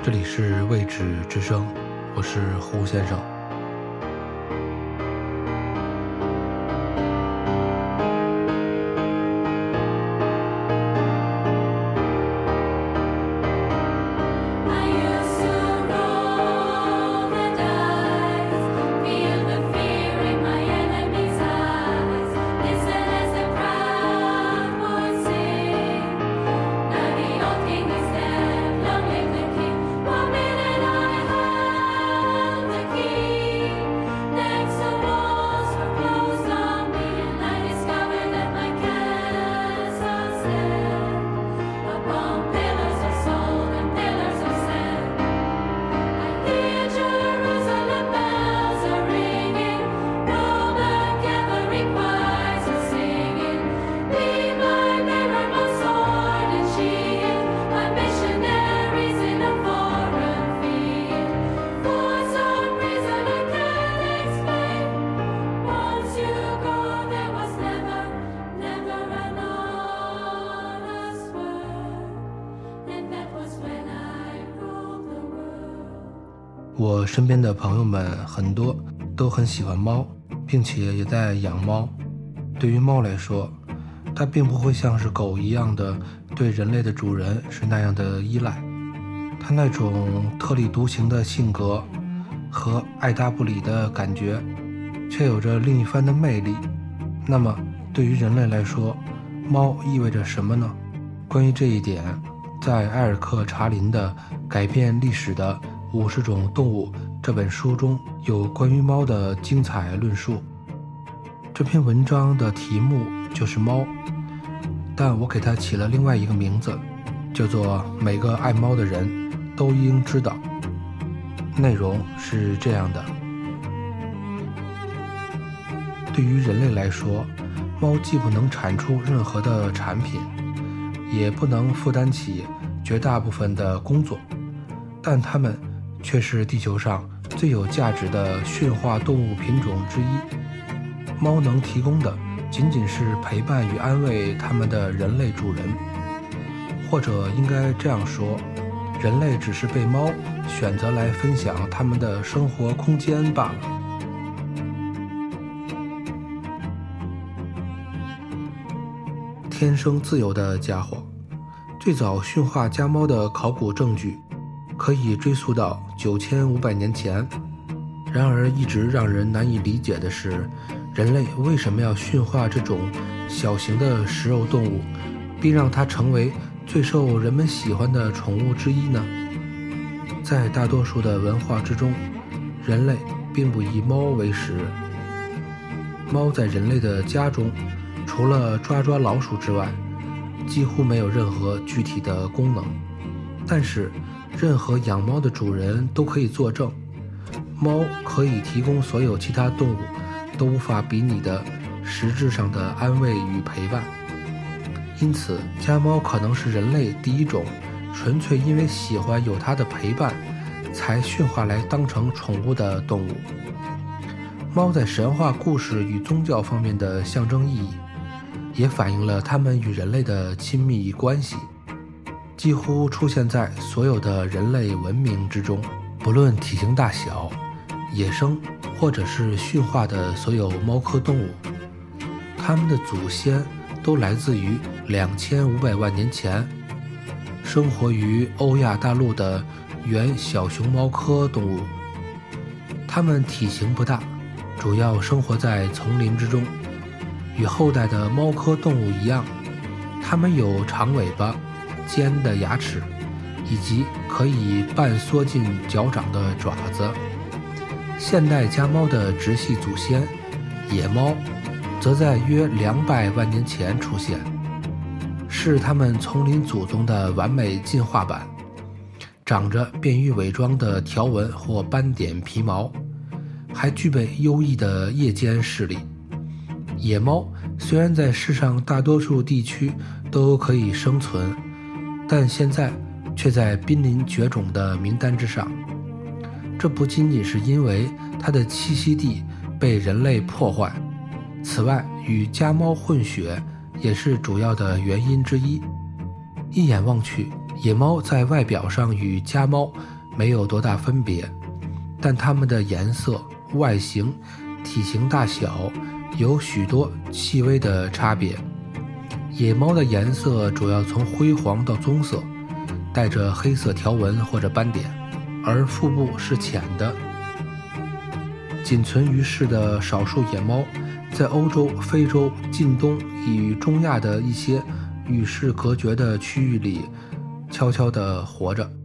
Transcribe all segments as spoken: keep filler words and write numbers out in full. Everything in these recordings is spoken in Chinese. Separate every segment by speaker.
Speaker 1: 这里是未知之声，我是胡先生。我身边的朋友们很多都很喜欢猫，并且也在养猫。对于猫来说，它并不会像是狗一样的对人类的主人是那样的依赖，它那种特立独行的性格和爱答不理的感觉却有着另一番的魅力。那么对于人类来说，猫意味着什么呢？关于这一点，在埃尔克查林的《改变历史的五十种动物》这本书中有关于猫的精彩论述。这篇文章的题目就是猫，但我给它起了另外一个名字，叫做每个爱猫的人都应知道。内容是这样的：对于人类来说，猫既不能产出任何的产品，也不能负担起绝大部分的工作，但它们却是地球上最有价值的驯化动物品种之一。猫能提供的仅仅是陪伴与安慰它们的人类主人，或者应该这样说，人类只是被猫选择来分享它们的生活空间罢了。天生自由的家伙，最早驯化家猫的考古证据可以追溯到九千五百年前。然而一直让人难以理解的是，人类为什么要驯化这种小型的食肉动物，并让它成为最受人们喜欢的宠物之一呢？在大多数的文化之中，人类并不以猫为食。猫在人类的家中，除了抓抓老鼠之外，几乎没有任何具体的功能。但是任何养猫的主人都可以作证，猫可以提供所有其他动物都无法比拟的实质上的安慰与陪伴。因此，家猫可能是人类第一种纯粹因为喜欢有它的陪伴才驯化来当成宠物的动物。猫在神话故事与宗教方面的象征意义，也反映了它们与人类的亲密关系，几乎出现在所有的人类文明之中。不论体型大小，野生或者是驯化的所有猫科动物，它们的祖先都来自于两千五百万年前生活于欧亚大陆的原小熊猫科动物。它们体型不大，主要生活在丛林之中。与后代的猫科动物一样，它们有长尾巴、尖的牙齿，以及可以半缩进脚掌的爪子。现代家猫的直系祖先野猫，则在约两百万年前出现，是它们丛林祖宗的完美进化版，长着便于伪装的条纹或斑点皮毛，还具备优异的夜间视力。野猫虽然在世上大多数地区都可以生存，但现在却在濒临绝种的名单之上。这不仅仅是因为它的栖息地被人类破坏，此外与家猫混血也是主要的原因之一。一眼望去， 野猫在外表上与家猫没有多大分别，但它们的颜色、外形、体型大小有许多细微的差别。野猫的颜色主要从灰黄到棕色，带着黑色条纹或者斑点，而腹部是浅的。仅存于世的少数野猫，在欧洲、非洲、近东与中亚的一些与世隔绝的区域里悄悄地活着。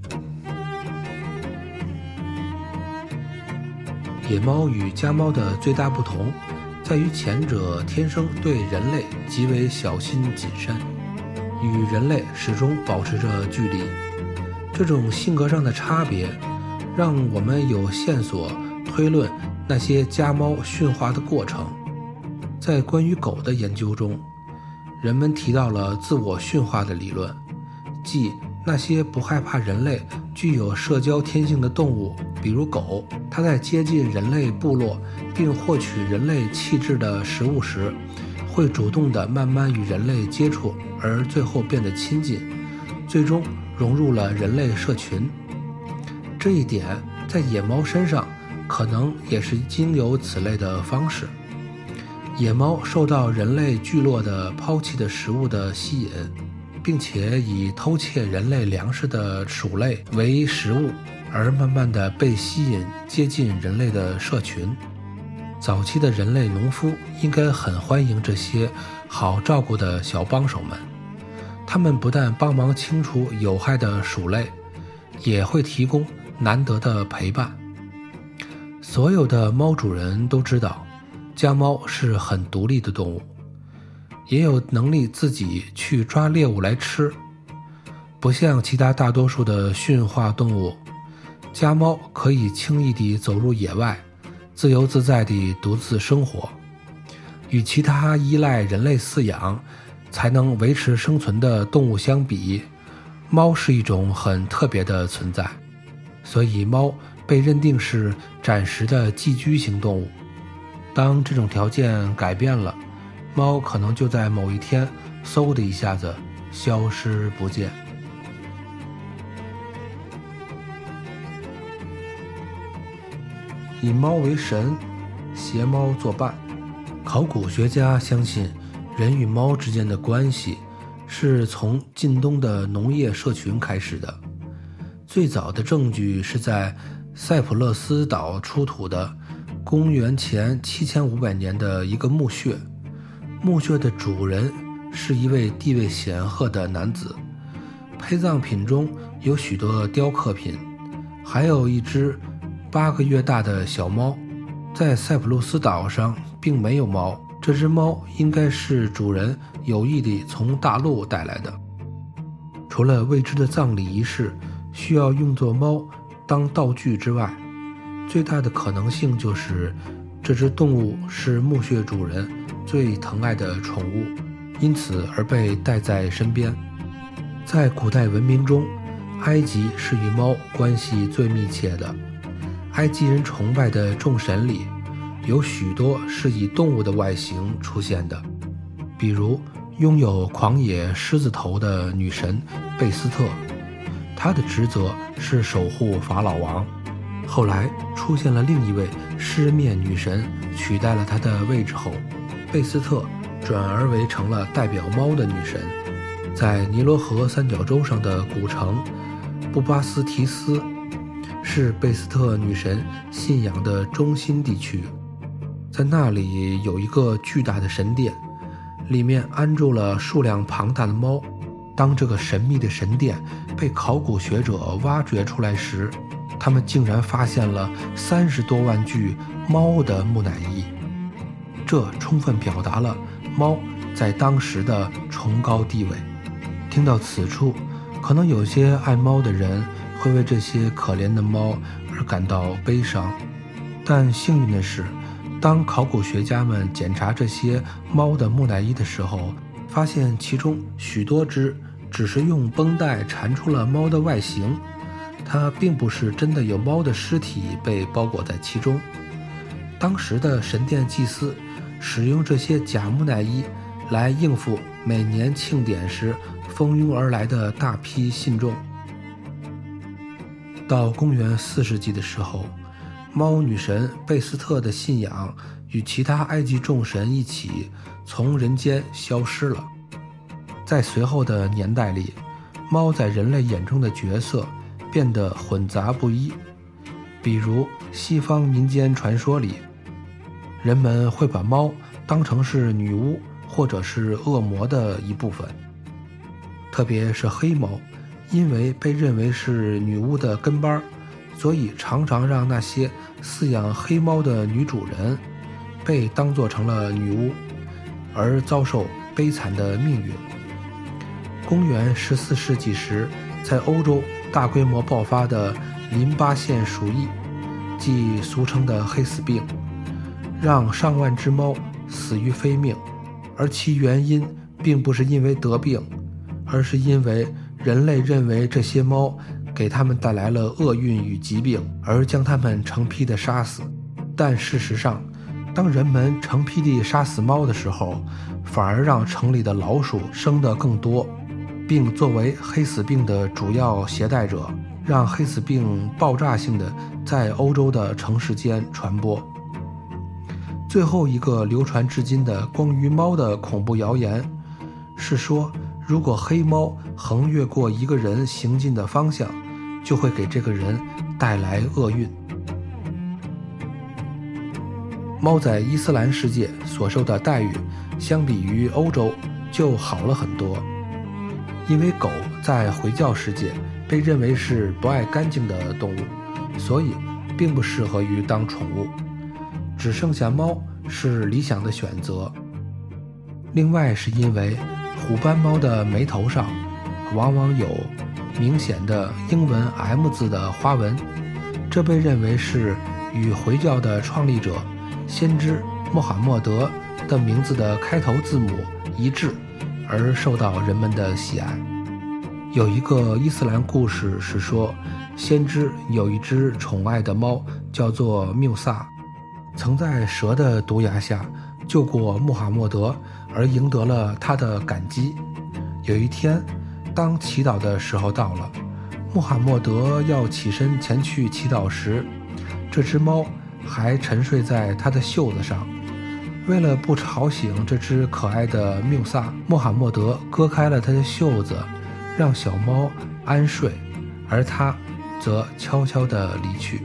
Speaker 1: 野猫与家猫的最大不同在于前者天生对人类极为小心谨慎，与人类始终保持着距离。这种性格上的差别让我们有线索推论那些家猫驯化的过程。在关于狗的研究中，人们提到了自我驯化的理论，即那些不害怕人类、具有社交天性的动物，比如狗，它在接近人类部落并获取人类气质的食物时，会主动地慢慢与人类接触，而最后变得亲近，最终融入了人类社群。这一点在野猫身上可能也是经由此类的方式。野猫受到人类聚落的抛弃的食物的吸引，并且以偷窃人类粮食的鼠类为食物，而慢慢地被吸引接近人类的社群。早期的人类农夫应该很欢迎这些好照顾的小帮手们，他们不但帮忙清除有害的鼠类，也会提供难得的陪伴。所有的猫主人都知道，家猫是很独立的动物，也有能力自己去抓猎物来吃。不像其他大多数的驯化动物，家猫可以轻易地走入野外，自由自在地独自生活。与其他依赖人类饲养才能维持生存的动物相比，猫是一种很特别的存在，所以猫被认定是暂时的寄居型动物。当这种条件改变了，猫可能就在某一天嗖的一下子消失不见。以猫为神，携猫作伴。考古学家相信，人与猫之间的关系是从近东的农业社群开始的。最早的证据是在塞浦路斯岛出土的公元前七千五百年的一个墓穴，墓穴的主人是一位地位显赫的男子，陪葬品中有许多雕刻品，还有一只八个月大的小猫。在塞浦路斯岛上并没有猫，这只猫应该是主人有意地从大陆带来的。除了未知的葬礼仪式需要用作猫当道具之外，最大的可能性就是这只动物是墓穴主人最疼爱的宠物，因此而被带在身边。在古代文明中，埃及是与猫关系最密切的。埃及人崇拜的众神里，有许多是以动物的外形出现的，比如拥有狂野狮子头的女神贝斯特，她的职责是守护法老王。后来出现了另一位狮面女神，取代了她的位置后，贝斯特转而为成了代表猫的女神。在尼罗河三角洲上的古城布巴斯提斯是贝斯特女神信仰的中心地区，在那里有一个巨大的神殿，里面安住了数量庞大的猫。当这个神秘的神殿被考古学者挖掘出来时，他们竟然发现了三十多万具猫的木乃伊，这充分表达了猫在当时的崇高地位。听到此处，可能有些爱猫的人会为这些可怜的猫而感到悲伤，但幸运的是，当考古学家们检查这些猫的木乃伊的时候，发现其中许多只只是用绷带缠出了猫的外形，它并不是真的有猫的尸体被包裹在其中。当时的神殿祭司使用这些假木乃伊来应付每年庆典时蜂拥而来的大批信众。到公元四世纪的时候，猫女神贝斯特的信仰与其他埃及众神一起从人间消失了。在随后的年代里，猫在人类眼中的角色变得混杂不一。比如西方民间传说里，人们会把猫当成是女巫或者是恶魔的一部分，特别是黑猫，因为被认为是女巫的跟班，所以常常让那些饲养黑猫的女主人被当作成了女巫，而遭受悲惨的命运。公元十四世纪时，在欧洲大规模爆发的淋巴腺鼠疫，即俗称的黑死病，让上万只猫死于非命，而其原因并不是因为得病，而是因为人类认为这些猫给他们带来了厄运与疾病，而将它们成批的杀死。但事实上，当人们成批地杀死猫的时候，反而让城里的老鼠生得更多，并作为黑死病的主要携带者，让黑死病爆炸性的在欧洲的城市间传播。最后一个流传至今的关于猫的恐怖谣言是说，如果黑猫横越过一个人行进的方向，就会给这个人带来厄运。猫在伊斯兰世界所受的待遇相比于欧洲就好了很多，因为狗在回教世界被认为是不爱干净的动物，所以并不适合于当宠物，只剩下猫是理想的选择。另外是因为虎斑猫的眉头上往往有明显的英文 M 字的花纹，这被认为是与回教的创立者先知穆罕默德的名字的开头字母一致，而受到人们的喜爱。有一个伊斯兰故事是说，先知有一只宠爱的猫叫做缪萨，曾在蛇的毒牙下救过穆罕默德，而赢得了他的感激。有一天，当祈祷的时候到了，穆罕默德要起身前去祈祷时，这只猫还沉睡在他的袖子上。为了不吵醒这只可爱的缪萨，穆罕默德割开了他的袖子，让小猫安睡，而他则悄悄地离去。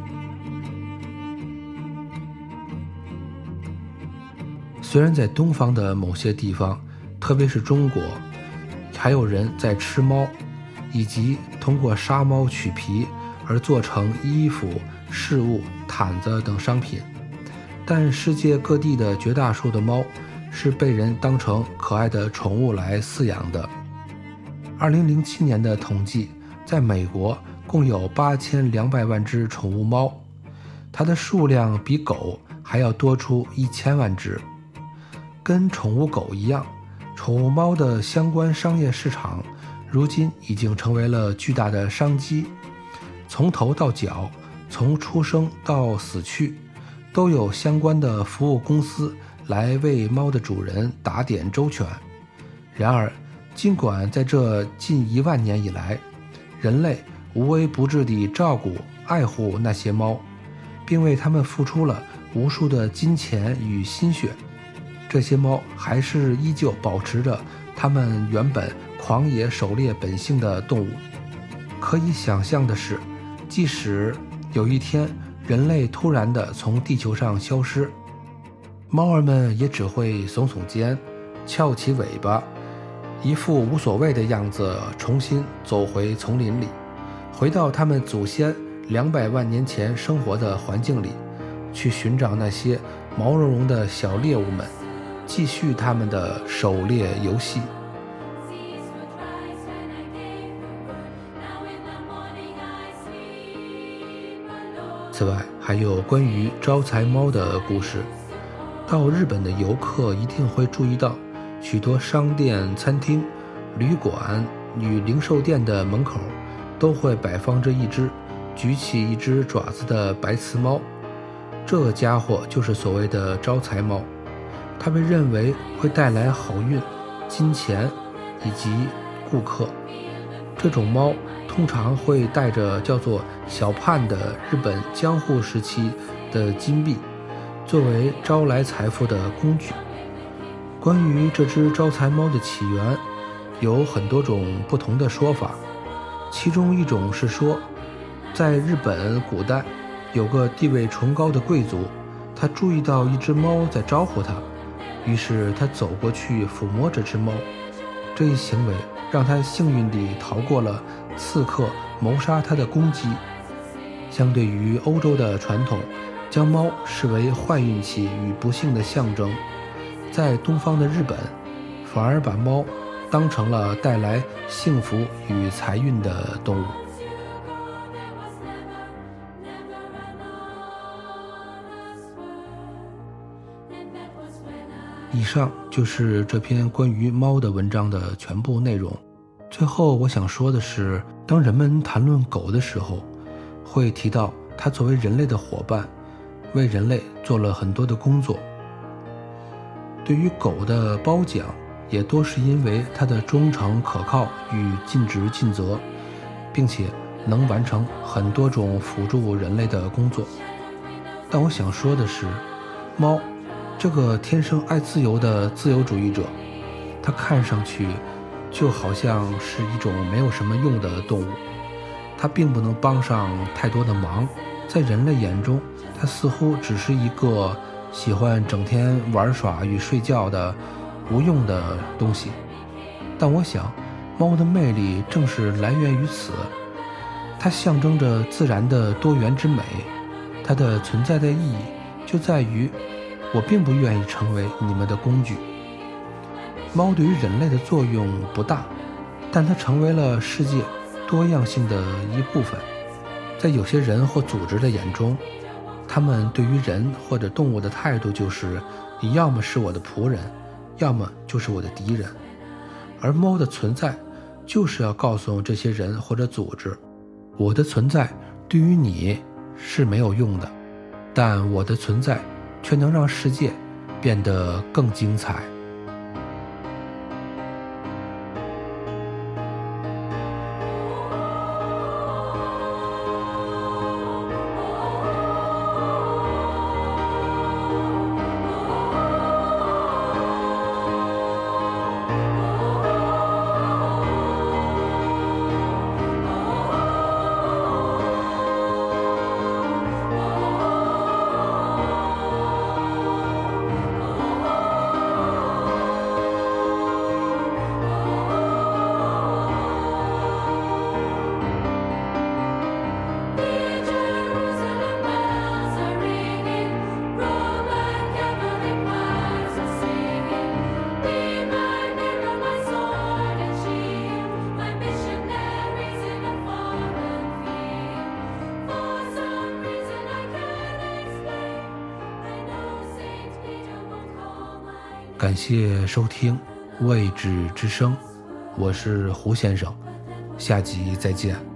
Speaker 1: 虽然在东方的某些地方，特别是中国，还有人在吃猫，以及通过杀猫取皮而做成衣服、饰物、毯子等商品，但世界各地的绝大数的猫是被人当成可爱的宠物来饲养的。二零零七年的统计，在美国共有八千两百万只宠物猫，它的数量比狗还要多出一千万只。跟宠物狗一样，宠物猫的相关商业市场如今已经成为了巨大的商机，从头到脚，从出生到死去，都有相关的服务公司来为猫的主人打点周全。然而，尽管在这近一万年以来，人类无微不至地照顾、爱护那些猫，并为它们付出了无数的金钱与心血，这些猫还是依旧保持着它们原本狂野狩猎本性的动物。可以想象的是，即使有一天人类突然地从地球上消失，猫儿们也只会耸耸肩，翘起尾巴，一副无所谓的样子，重新走回丛林里，回到他们祖先两百万年前生活的环境里，去寻找那些毛茸茸的小猎物们，继续他们的狩猎游戏。此外，还有关于招财猫的故事。到日本的游客一定会注意到，许多商店、餐厅、旅馆与零售店的门口都会摆放着一只举起一只爪子的白瓷猫，这家伙就是所谓的招财猫。它被认为会带来好运、金钱以及顾客。这种猫通常会带着叫做小判的日本江户时期的金币，作为招来财富的工具。关于这只招财猫的起源，有很多种不同的说法。其中一种是说，在日本古代有个地位崇高的贵族，他注意到一只猫在招呼他，于是他走过去抚摸这只猫。这一行为让他幸运地逃过了刺客谋杀他的攻击。相对于欧洲的传统，将猫视为坏运气与不幸的象征，在东方的日本反而把猫当成了带来幸福与财运的动物。以上就是这篇关于猫的文章的全部内容。最后我想说的是，当人们谈论狗的时候，会提到它作为人类的伙伴，为人类做了很多的工作。对于狗的褒奖，也多是因为它的忠诚可靠与尽职尽责，并且能完成很多种辅助人类的工作。但我想说的是，猫这个天生爱自由的自由主义者，它看上去就好像是一种没有什么用的动物，它并不能帮上太多的忙。在人类眼中，它似乎只是一个喜欢整天玩耍与睡觉的无用的东西。但我想，猫的魅力正是来源于此，它象征着自然的多元之美。它的存在的意义就在于，我并不愿意成为你们的工具。猫对于人类的作用不大，但它成为了世界多样性的一部分。在有些人或组织的眼中，他们对于人或者动物的态度就是，你要么是我的仆人，要么就是我的敌人。而猫的存在就是要告诉这些人或者组织，我的存在对于你是没有用的，但我的存在却能让世界变得更精彩。感谢收听未知之声，我是胡先生，下集再见。